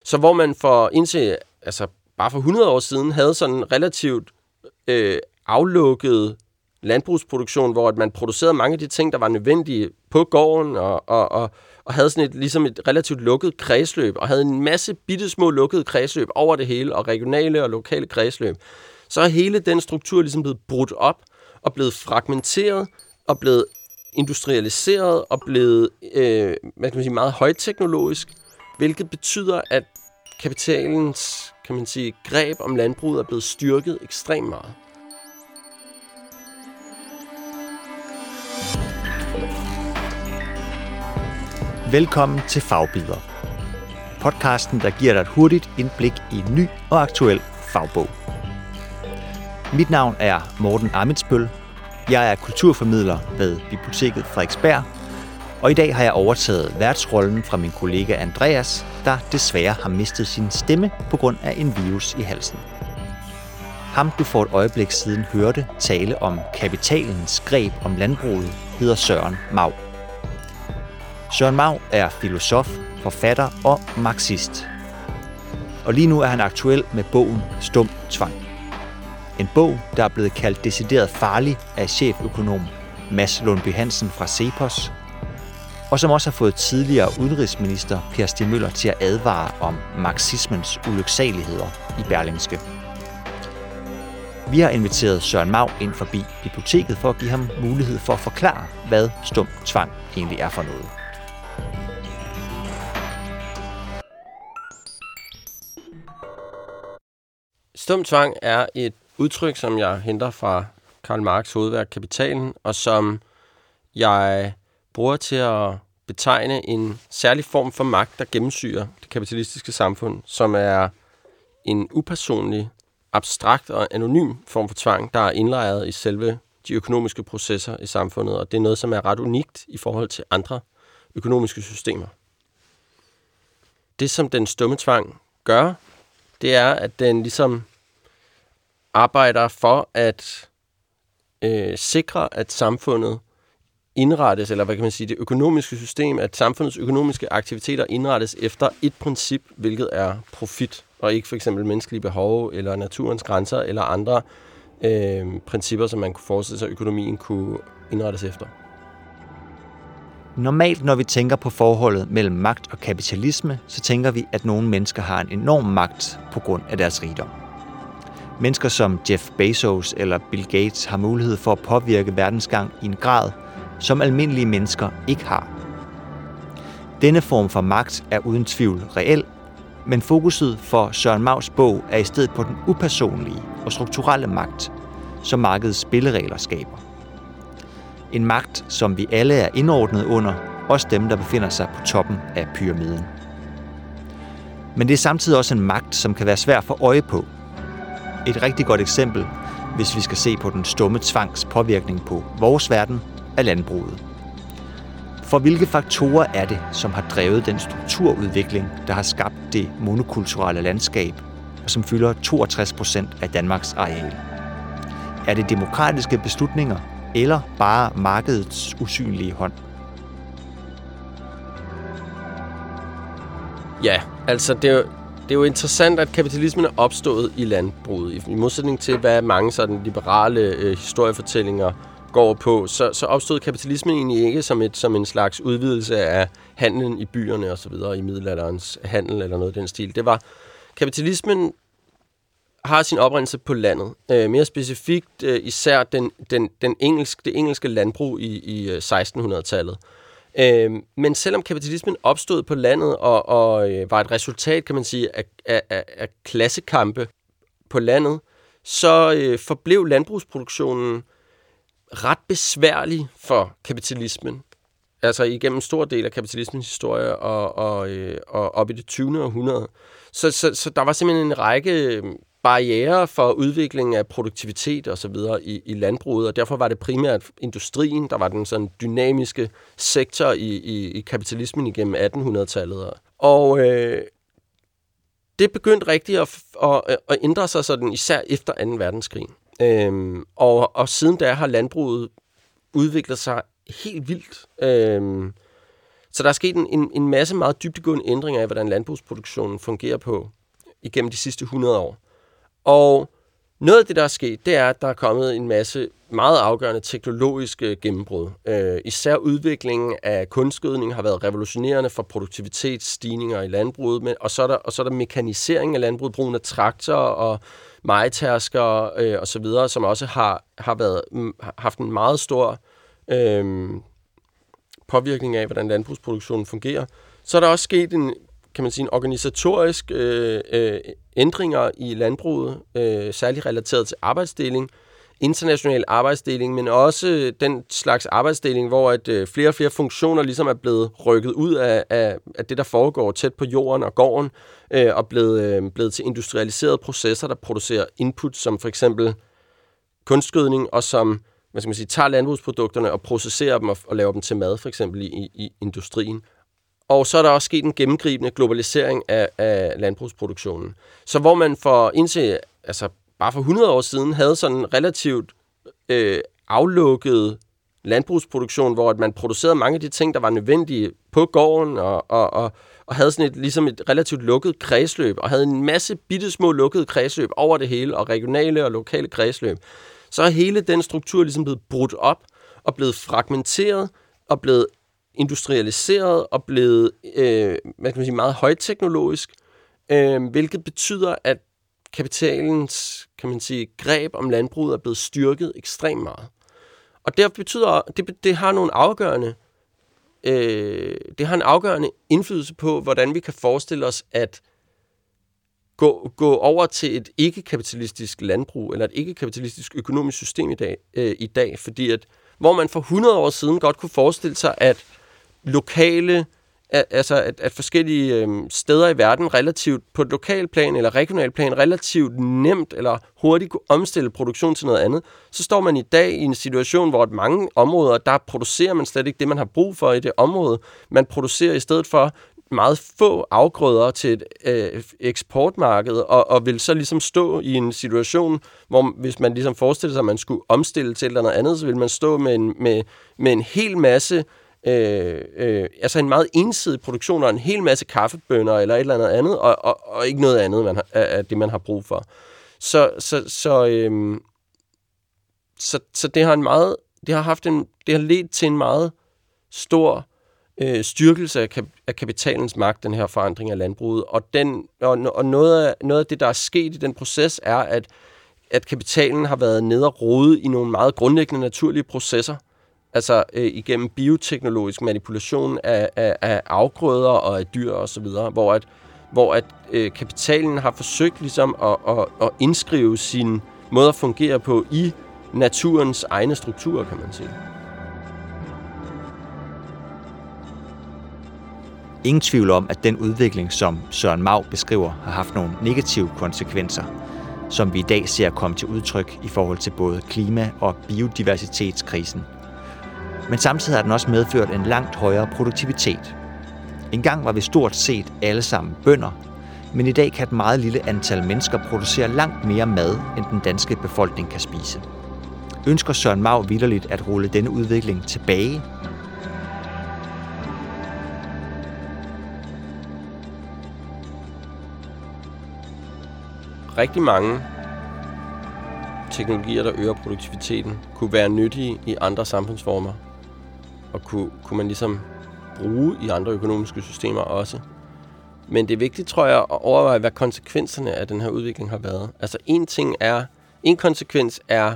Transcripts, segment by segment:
Så hvor man bare for 100 år siden havde sådan en relativt aflukket landbrugsproduktion, hvor man producerede mange af de ting, der var nødvendige på gården, og havde sådan ligesom et relativt lukket kredsløb, og havde en masse bittesmå lukkede kredsløb over det hele, og regionale og lokale kredsløb. Så er hele den struktur ligesom blevet brudt op, og blevet fragmenteret, og blevet industrialiseret, og blevet meget højteknologisk, hvilket betyder, at kapitalens, greb om landbruget er blevet styrket ekstremt meget. Velkommen til Fagbidder. Podcasten, der giver dig et hurtigt indblik i en ny og aktuel fagbog. Mit navn er Morten Amitsbøl. Jeg er kulturformidler ved Biblioteket Frederiksberg, og i dag har jeg overtaget værtsrollen fra min kollega Andreas, der desværre har mistet sin stemme på grund af en virus i halsen. Ham, du for et øjeblik siden hørte tale om kapitalens greb om landbruget, hedder Søren Mau. Søren Mau er filosof, forfatter og marxist. Og lige nu er han aktuel med bogen Stum Tvang. En bog, der er blevet kaldt decideret farlig af cheføkonom Mads Lundby Hansen fra CEPOS, og som også har fået tidligere udenrigsminister Per Stig Møller til at advare om marxismens ulyksaligheder i Berlingske. Vi har inviteret Søren Mau ind forbi biblioteket for at give ham mulighed for at forklare, hvad Stum Tvang egentlig er for noget. Stum tvang er et udtryk, som jeg henter fra Karl Marx' hovedværk Kapitalen, og som jeg bruger til at betegne en særlig form for magt, der gennemsyrer det kapitalistiske samfund, som er en upersonlig, abstrakt og anonym form for tvang, der er indlejret i selve de økonomiske processer i samfundet, og det er noget, som er ret unikt i forhold til andre økonomiske systemer. Det, som den stumme tvang gør, det er, at den ligesom arbejder for at sikre, at samfundet indrettes, eller hvad kan man sige, det økonomiske system, at samfundets økonomiske aktiviteter indrettes efter et princip, hvilket er profit, og ikke for eksempel menneskelige behov, eller naturens grænser, eller andre principper, som man kunne forestille sig, at økonomien kunne indrettes efter. Normalt, når vi tænker på forholdet mellem magt og kapitalisme, så tænker vi, at nogle mennesker har en enorm magt på grund af deres rigdom. Mennesker som Jeff Bezos eller Bill Gates har mulighed for at påvirke verdensgang i en grad, som almindelige mennesker ikke har. Denne form for magt er uden tvivl reel, men fokuset for Søren Maus bog er i stedet på den upersonlige og strukturelle magt, som markedets spilleregler skaber. En magt, som vi alle er indordnet under, også dem, der befinder sig på toppen af pyramiden. Men det er samtidig også en magt, som kan være svær at få øje på. Et rigtig godt eksempel, hvis vi skal se på den stumme tvangs påvirkning på vores verden, er landbruget. For hvilke faktorer er det, som har drevet den strukturudvikling, der har skabt det monokulturelle landskab, og som fylder 62% af Danmarks areal? Er det demokratiske beslutninger, eller bare markedets usynlige hånd? Ja, altså det er jo interessant, at kapitalismen er opstået i landbruget. I modsætning til, hvad mange sådan liberale historiefortællinger går på, så opstod kapitalismen egentlig ikke som en slags udvidelse af handlen i byerne og så videre, i middelalderens handel eller noget af den stil. Det var, kapitalismen har sin oprindelse på landet. Mere specifikt især det engelske landbrug i 1600-tallet. Men selvom kapitalismen opstod på landet og var et resultat, kan man sige, af klassekampe på landet, så forblev landbrugsproduktionen ret besværlig for kapitalismen. Altså igennem en stor del af kapitalismens historie og op i det 20. århundrede. Så der var simpelthen en række barrierer for udviklingen af produktivitet og så videre i landbruget, og derfor var det primært industrien, der var den sådan dynamiske sektor i kapitalismen igennem 1800-tallet. Og det begyndte rigtig at ændre sig sådan, især efter 2. verdenskrig. Og siden da har landbruget udviklet sig helt vildt. Så der er sket en masse meget dybdegående ændringer af, hvordan landbrugsproduktionen fungerer på igennem de sidste 100 år. Og noget af det, der er sket, det er, at der er kommet en masse meget afgørende teknologiske gennembrud. Især udviklingen af kunstgødning har været revolutionerende for produktivitetsstigninger i landbruget, og så er der mekanisering af landbruget, brugen af traktorer og mejetærsker og så videre, som også har haft en meget stor påvirkning af, hvordan landbrugsproduktionen fungerer. Så er der også sket en organisatorisk ændringer i landbruget, særligt relateret til arbejdsdeling, international arbejdsdeling, men også den slags arbejdsdeling, hvor at flere og flere funktioner ligesom er blevet rykket ud af det, der foregår tæt på jorden og gården, og blevet til industrialiserede processer, der producerer input, som for eksempel kunstgødning, og som tager landbrugsprodukterne og processerer dem og laver dem til mad, for eksempel i industrien. Og så er der også sket en gennemgribende globalisering af landbrugsproduktionen. Så hvor man bare for 100 år siden havde sådan en relativt aflukket landbrugsproduktion, hvor at man producerede mange af de ting, der var nødvendige på gården, og havde sådan et relativt lukket kredsløb, og havde en masse bittesmå lukkede kredsløb over det hele, og regionale og lokale kredsløb. Så er hele den struktur ligesom blevet brudt op, og blevet fragmenteret, og blevet industrialiseret og blevet meget højteknologisk, hvilket betyder, at kapitalens greb om landbruget er blevet styrket ekstremt meget. Og derfor betyder det har nogle afgørende en afgørende indflydelse på, hvordan vi kan forestille os at gå over til et ikke-kapitalistisk landbrug eller et ikke-kapitalistisk økonomisk system i dag, fordi at hvor man for 100 år siden godt kunne forestille sig, at lokale, at forskellige steder i verden relativt på et lokalt plan eller regionalt plan relativt nemt eller hurtigt kunne omstille produktion til noget andet, så står man i dag i en situation, hvor mange områder, der producerer man slet ikke det, man har brug for i det område. Man producerer i stedet for meget få afgrøder til et eksportmarked, og vil så ligesom stå i en situation, hvor hvis man ligesom forestiller sig, at man skulle omstille til noget andet, så vil man stå med en hel masse, en meget ensidig produktion og en hel masse kaffebønner eller et eller andet, og ikke noget andet af det, man har brug for. Så det har ledt til en meget stor styrkelse af kapitalens magt, den her forandring af landbruget. Og noget af det, der er sket i den proces, er, at kapitalen har været nede og rode i nogle meget grundlæggende naturlige processer, altså igennem bioteknologisk manipulation af afgrøder og af dyr og så videre, hvor kapitalen har forsøgt ligesom at indskrive sin måde at fungere på i naturens egne strukturer, kan man sige. Ingen tvivl om, at den udvikling, som Søren Mau beskriver, har haft nogle negative konsekvenser, som vi i dag ser komme til udtryk i forhold til både klima- og biodiversitetskrisen. Men samtidig har den også medført en langt højere produktivitet. Engang var vi stort set alle sammen bønder, men i dag kan et meget lille antal mennesker producere langt mere mad, end den danske befolkning kan spise. Ønsker Søren Mau vitterligt at rulle denne udvikling tilbage? Rigtig mange teknologier, der øger produktiviteten, kunne være nyttige i andre samfundsformer, og kunne man ligesom bruge i andre økonomiske systemer også. Men det er vigtigt, tror jeg, at overveje, hvad konsekvenserne af den her udvikling har været. Altså en konsekvens er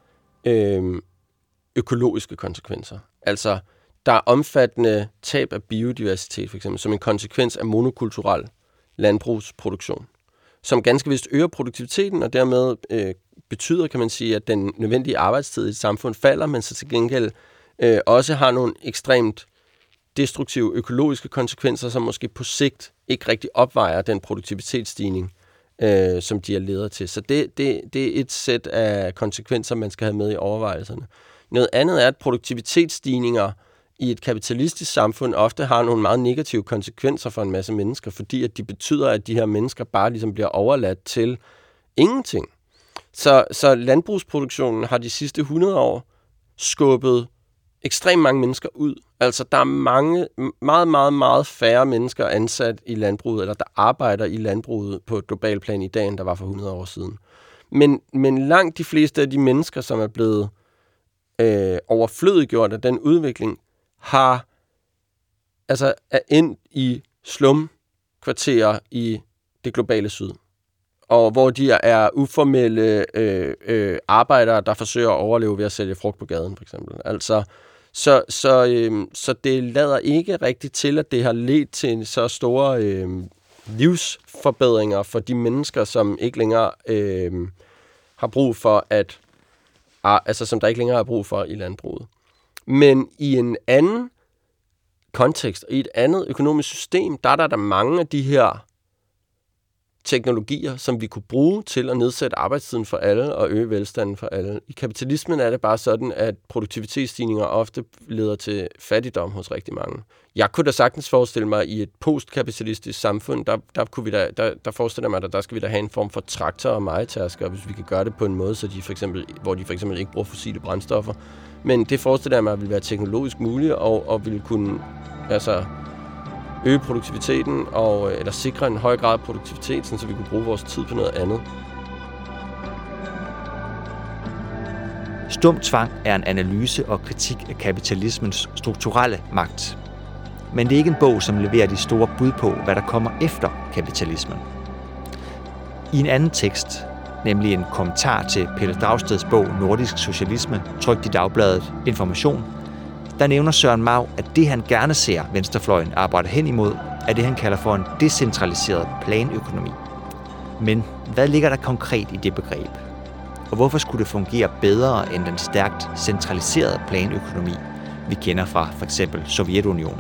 økologiske konsekvenser. Altså, der er omfattende tab af biodiversitet, for eksempel, som en konsekvens af monokulturel landbrugsproduktion, som ganske vist øger produktiviteten, og dermed betyder, kan man sige, at den nødvendige arbejdstid i et samfund falder, men så til gengæld også har nogle ekstremt destruktive økologiske konsekvenser, som måske på sigt ikke rigtig opvejer den produktivitetsstigning, som de er leder til. Så det er et sæt af konsekvenser, man skal have med i overvejelserne. Noget andet er, at produktivitetsstigninger i et kapitalistisk samfund ofte har nogle meget negative konsekvenser for en masse mennesker, fordi at de betyder, at de her mennesker bare ligesom bliver overladt til ingenting. Så landbrugsproduktionen har de sidste 100 år skubbet ekstremt mange mennesker ud Altså, der er meget, meget, meget færre mennesker ansat i landbruget, eller der arbejder i landbruget på et globalt plan i dag, end der var for 100 år siden. Men langt de fleste af de mennesker, som er blevet overflødiggjort af den udvikling, er endt i slumkvarterer i det globale syd. Og hvor de er uformelle arbejdere, der forsøger at overleve ved at sælge frugt på gaden, for eksempel. Altså, så det lader ikke rigtigt til, at det har ledt til så store livsforbedringer for de mennesker, som ikke længere har brug for som der ikke længere er brug for i landbruget. Men i en anden kontekst og i et andet økonomisk system, der er der mange af de her teknologier, som vi kunne bruge til at nedsætte arbejdstiden for alle og øge velstanden for alle. I kapitalismen er det bare sådan, at produktivitetsstigninger ofte leder til fattigdom hos rigtig mange. Jeg kunne da sagtens forestille mig, at i et postkapitalistisk samfund, der forestiller mig, at der skal vi da have en form for traktor og mejetærsker, hvis vi kan gøre det på en måde, så hvor de for eksempel ikke bruger fossile brændstoffer. Men det forestiller jeg mig, at vil være teknologisk muligt og vil kunne øge produktiviteten eller sikre en høj grad af produktivitet, så vi kunne bruge vores tid på noget andet. Stum tvang er en analyse og kritik af kapitalismens strukturelle magt. Men det er ikke en bog, som leverer de store bud på, hvad der kommer efter kapitalismen. I en anden tekst, nemlig en kommentar til Pelle Dragsteds bog Nordisk Socialisme, trykt i dagbladet Information, der nævner Søren Mau, at det han gerne ser venstrefløjen arbejde hen imod, er det han kalder for en decentraliseret planøkonomi. Men hvad ligger der konkret i det begreb? Og hvorfor skulle det fungere bedre end den stærkt centraliserede planøkonomi, vi kender fra f.eks. Sovjetunionen?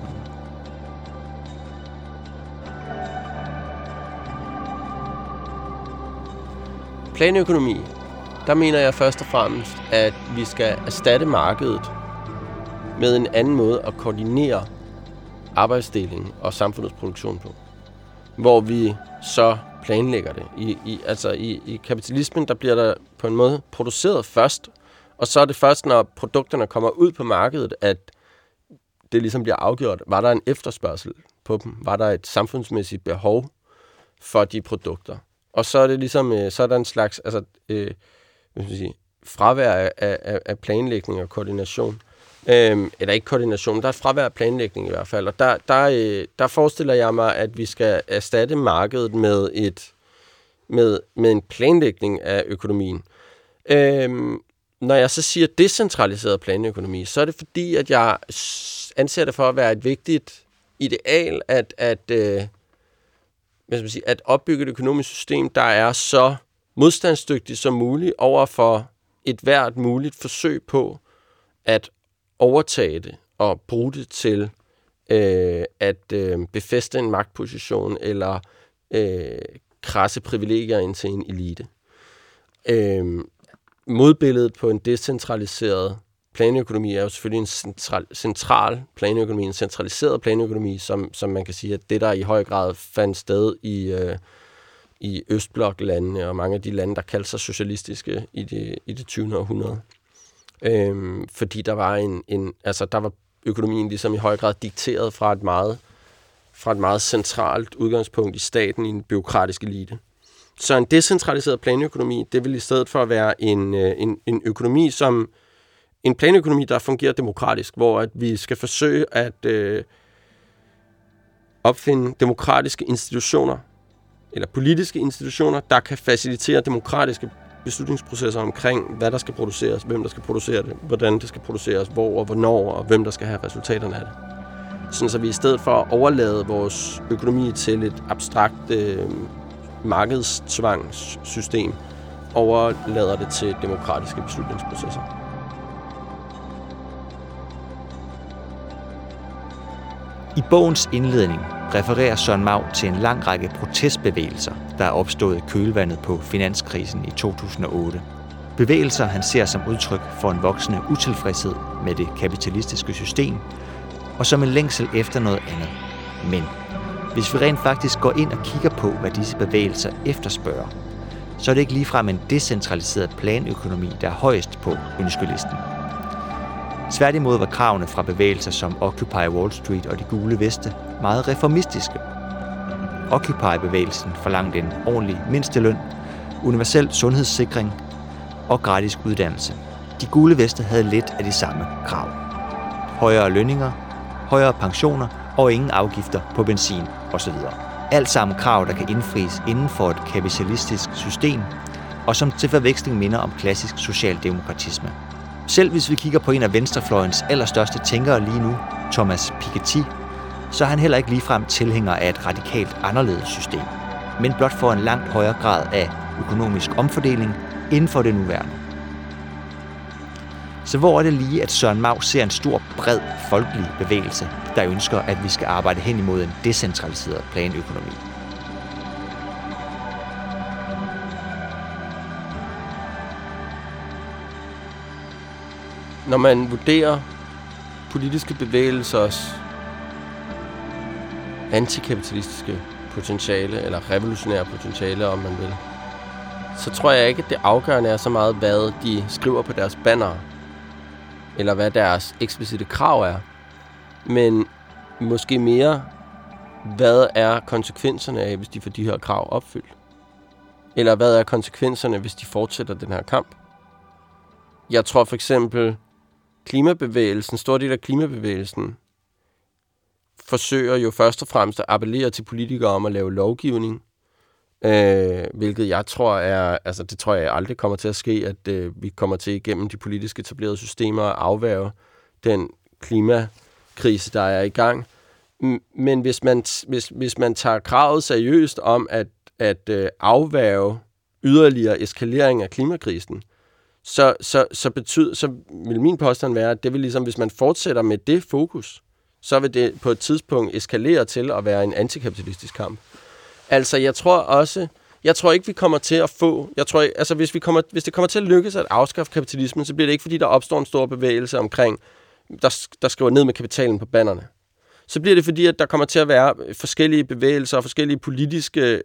Planøkonomi, der mener jeg først og fremmest, at vi skal erstatte markedet med en anden måde at koordinere arbejdsdeling og samfundets produktion på. Hvor vi så planlægger det. I kapitalismen, der bliver der på en måde produceret først, og så er det først, når produkterne kommer ud på markedet, at det ligesom bliver afgjort. Var der en efterspørgsel på dem? Var der et samfundsmæssigt behov for de produkter? Og så er det ligesom, så er der en slags fravær af planlægning og koordination. Eller ikke koordination, der er et fravær af planlægning i hvert fald. Og der forestiller jeg mig, at vi skal erstatte markedet med en planlægning af økonomien. Når jeg så siger decentraliseret planøkonomi, så er det fordi, at jeg anser det for at være et vigtigt ideal, at opbygge et økonomisk system, der er så modstandsdygtigt som muligt over for et hvert muligt forsøg på at overtage det og bruge det til at befæste en magtposition eller krasse privilegier ind til en elite. Modbilledet på en decentraliseret planøkonomi er jo selvfølgelig en central planøkonomi, en centraliseret planøkonomi, som man kan sige, at det der i høj grad fandt sted i Østbloklandene og mange af de lande, der kaldte sig socialistiske i det 20. århundrede. Fordi der var økonomien ligesom i høj grad dikteret fra et meget centralt udgangspunkt i staten i en bureaukratisk elite. Så en decentraliseret planøkonomi, det vil i stedet for at være en økonomi, en planøkonomi, der fungerer demokratisk, hvor at vi skal forsøge at opfinde demokratiske institutioner, eller politiske institutioner, der kan facilitere demokratiske beslutningsprocesser omkring, hvad der skal produceres, hvem der skal producere det, hvordan det skal produceres, hvor og hvornår, og hvem der skal have resultaterne af det. Sådan så vi i stedet for at overlade vores økonomi til et abstrakt markedstvangsystem, overlader det til demokratiske beslutningsprocesser. I bogens indledning refererer Søren Mau til en lang række protestbevægelser, der er opstået i kølvandet på finanskrisen i 2008. Bevægelser, han ser som udtryk for en voksende utilfredshed med det kapitalistiske system, og som en længsel efter noget andet. Men hvis vi rent faktisk går ind og kigger på, hvad disse bevægelser efterspørger, så er det ikke ligefrem en decentraliseret planøkonomi, der er højest på ønskelisten. Tværtimod var kravene fra bevægelser som Occupy Wall Street og de gule veste meget reformistiske. Occupy-bevægelsen forlangte en ordentlig mindsteløn, universel sundhedssikring og gratis uddannelse. De gule veste havde lidt af de samme krav. Højere lønninger, højere pensioner og ingen afgifter på benzin osv. Alt sammen krav, der kan indfries inden for et kapitalistisk system, og som til forveksling minder om klassisk socialdemokratisme. Selv hvis vi kigger på en af venstrefløjens allerstørste tænkere lige nu, Thomas Piketty, så er han heller ikke ligefrem tilhænger af et radikalt anderledes system, men blot for en langt højere grad af økonomisk omfordeling inden for det nuværende. Så hvor er det lige, at Søren Mau ser en stor, bred, folkelig bevægelse, der ønsker, at vi skal arbejde hen imod en decentraliseret planøkonomi? Når man vurderer politiske bevægelsers antikapitalistiske potentiale, eller revolutionære potentiale, om man vil, så tror jeg ikke, at det afgørende er så meget, hvad de skriver på deres bannere, eller hvad deres eksplicite krav er, men måske mere, hvad er konsekvenserne af, hvis de får de her krav opfyldt? Eller hvad er konsekvenserne, hvis de fortsætter den her kamp? Jeg tror for eksempel, klimabevægelsen, stor del af klimabevægelsen, forsøger jo først og fremmest at appellere til politikere om at lave lovgivning, hvilket jeg tror er, altså det tror jeg aldrig kommer til at ske, at vi kommer til igennem de politisk etablerede systemer at afværge den klimakrise, der er i gang. Men hvis man tager kravet seriøst om at afværge yderligere eskalering af klimakrisen, så vil min påstand være, at det vil ligesom, hvis man fortsætter med det fokus, så vil det på et tidspunkt eskalere til at være en antikapitalistisk kamp. Altså, jeg tror ikke, vi kommer til at få, hvis det kommer til at lykkes at afskaffe kapitalismen, så bliver det ikke, fordi der opstår en stor bevægelse omkring, der skriver ned med kapitalen på bannerne. Så bliver det, fordi at der kommer til at være forskellige bevægelser og forskellige politiske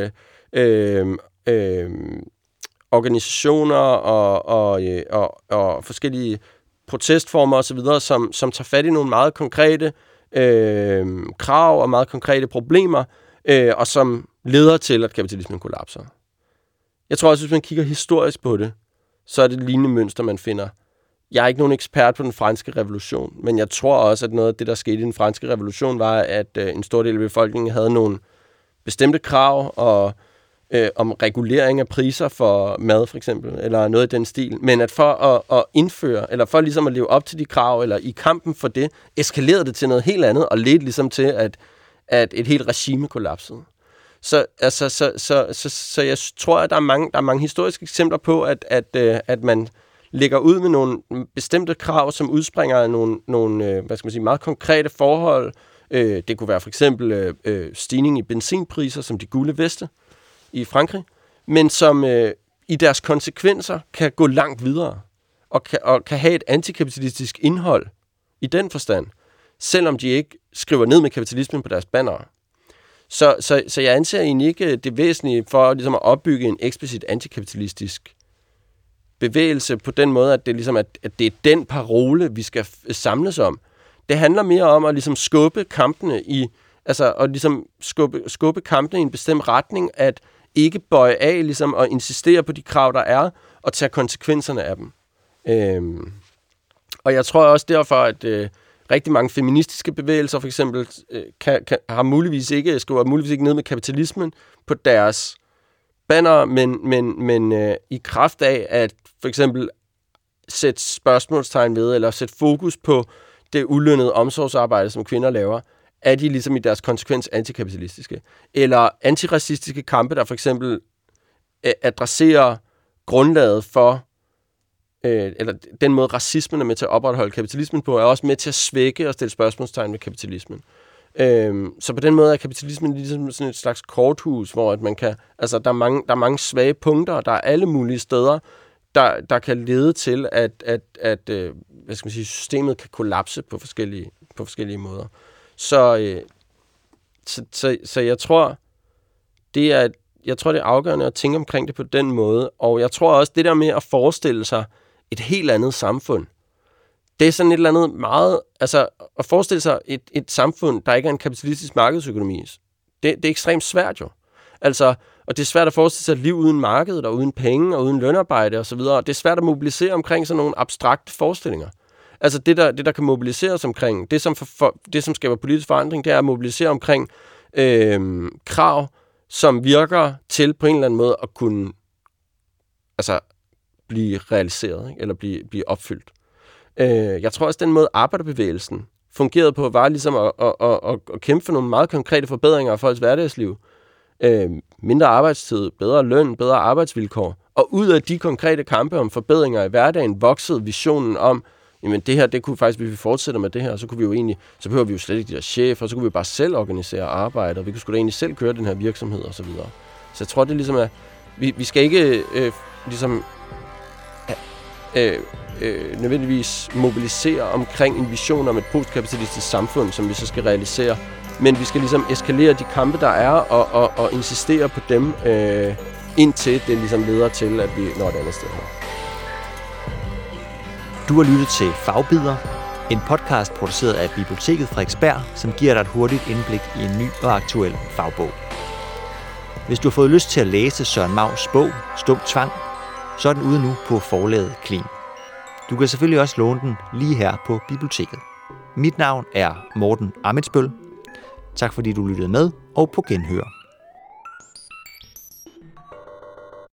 organisationer og forskellige protestformer osv., som tager fat i nogle meget konkrete krav og meget konkrete problemer, og som leder til, at kapitalismen kollapser. Jeg tror også, hvis man kigger historisk på det, så er det et lignende mønster, man finder. Jeg er ikke nogen ekspert på den franske revolution, men jeg tror også, at noget af det, der skete i den franske revolution, var, at en stor del af befolkningen havde nogle bestemte krav om regulering af priser for mad, for eksempel, eller noget i den stil. Men at for at indføre, eller for ligesom at leve op til de krav, eller i kampen for det, eskalerede det til noget helt andet, og ledte ligesom til, at et helt regime kollapsede. Så jeg tror, at der er mange historiske eksempler på, at man lægger ud med nogle bestemte krav, som udspringer af nogle meget konkrete forhold. Det kunne være for eksempel stigning i benzinpriser, som de gule veste i Frankrig, men som i deres konsekvenser kan gå langt videre, og kan have et antikapitalistisk indhold i den forstand, selvom de ikke skriver ned med kapitalismen på deres bannere. Så jeg anser egentlig ikke det væsentlige for ligesom at opbygge en eksplicit antikapitalistisk bevægelse på den måde, at det ligesom at det er den parole, vi skal samles om. Det handler mere om at ligesom skubbe kampene skubbe kampene i en bestemt retning, at ikke bøje af ligesom og insistere på de krav, der er, og tage konsekvenserne af dem. Og jeg tror også derfor, at rigtig mange feministiske bevægelser for eksempel skriver muligvis ikke ned med kapitalismen på deres banner, men i kraft af at for eksempel sætte spørgsmålstegn ved, eller sætte fokus på det ulønnede omsorgsarbejde, som kvinder laver, er de ligesom i deres konsekvens antikapitalistiske. Eller antiracistiske kampe, der for eksempel adresserer grundlaget for, eller den måde racismen er med til at opretholde kapitalismen på, er også med til at svække og stille spørgsmålstegn ved kapitalismen. Så på den måde er kapitalismen ligesom sådan et slags korthus, hvor at man kan, altså der er mange svage punkter, der er alle mulige steder, der kan lede til, at systemet kan kollapse på forskellige måder. Så jeg tror, det er afgørende at tænke omkring det på den måde, og jeg tror også, det der med at forestille sig et helt andet samfund, det er sådan et eller andet meget... Altså, at forestille sig et samfund, der ikke er en kapitalistisk markedsøkonomi, det er ekstremt svært jo. Altså, og det er svært at forestille sig et liv uden markedet, og uden penge, og uden lønarbejde osv. Det er svært at mobilisere omkring sådan nogle abstrakte forestillinger. Altså, det der kan mobiliseres omkring, det som skaber politisk forandring, det er at mobilisere omkring krav, som virker til på en eller anden måde at kunne blive realiseret, ikke? Eller blive opfyldt. Jeg tror også, den måde arbejderbevægelsen fungerede på, var ligesom at kæmpe for nogle meget konkrete forbedringer af folks hverdagsliv. Mindre arbejdstid, bedre løn, bedre arbejdsvilkår. Og ud af de konkrete kampe om forbedringer i hverdagen, voksede visionen om, jamen det her, det kunne faktisk, hvis vi fortsætter med det her, så kunne vi jo egentlig, så behøver vi jo slet ikke de der chefer, så kunne vi bare selv organisere arbejde, og vi kunne sgu da egentlig selv køre den her virksomhed og så videre. Så jeg tror, det ligesom er, vi skal ikke nødvendigvis mobilisere omkring en vision om et postkapitalistisk samfund, som vi så skal realisere, men vi skal ligesom eskalere de kampe, der er, og insistere på dem, indtil det ligesom leder til, at vi når et andet sted her. Du har lyttet til Fagbidder, en podcast produceret af Biblioteket Frederiksberg, som giver dig et hurtigt indblik i en ny og aktuel fagbog. Hvis du har fået lyst til at læse Søren Maugs bog, Stum Tvang, så er den ude nu på forlaget Clean. Du kan selvfølgelig også låne den lige her på biblioteket. Mit navn er Morten Amitsbøl. Tak fordi du lyttede med, og på genhør.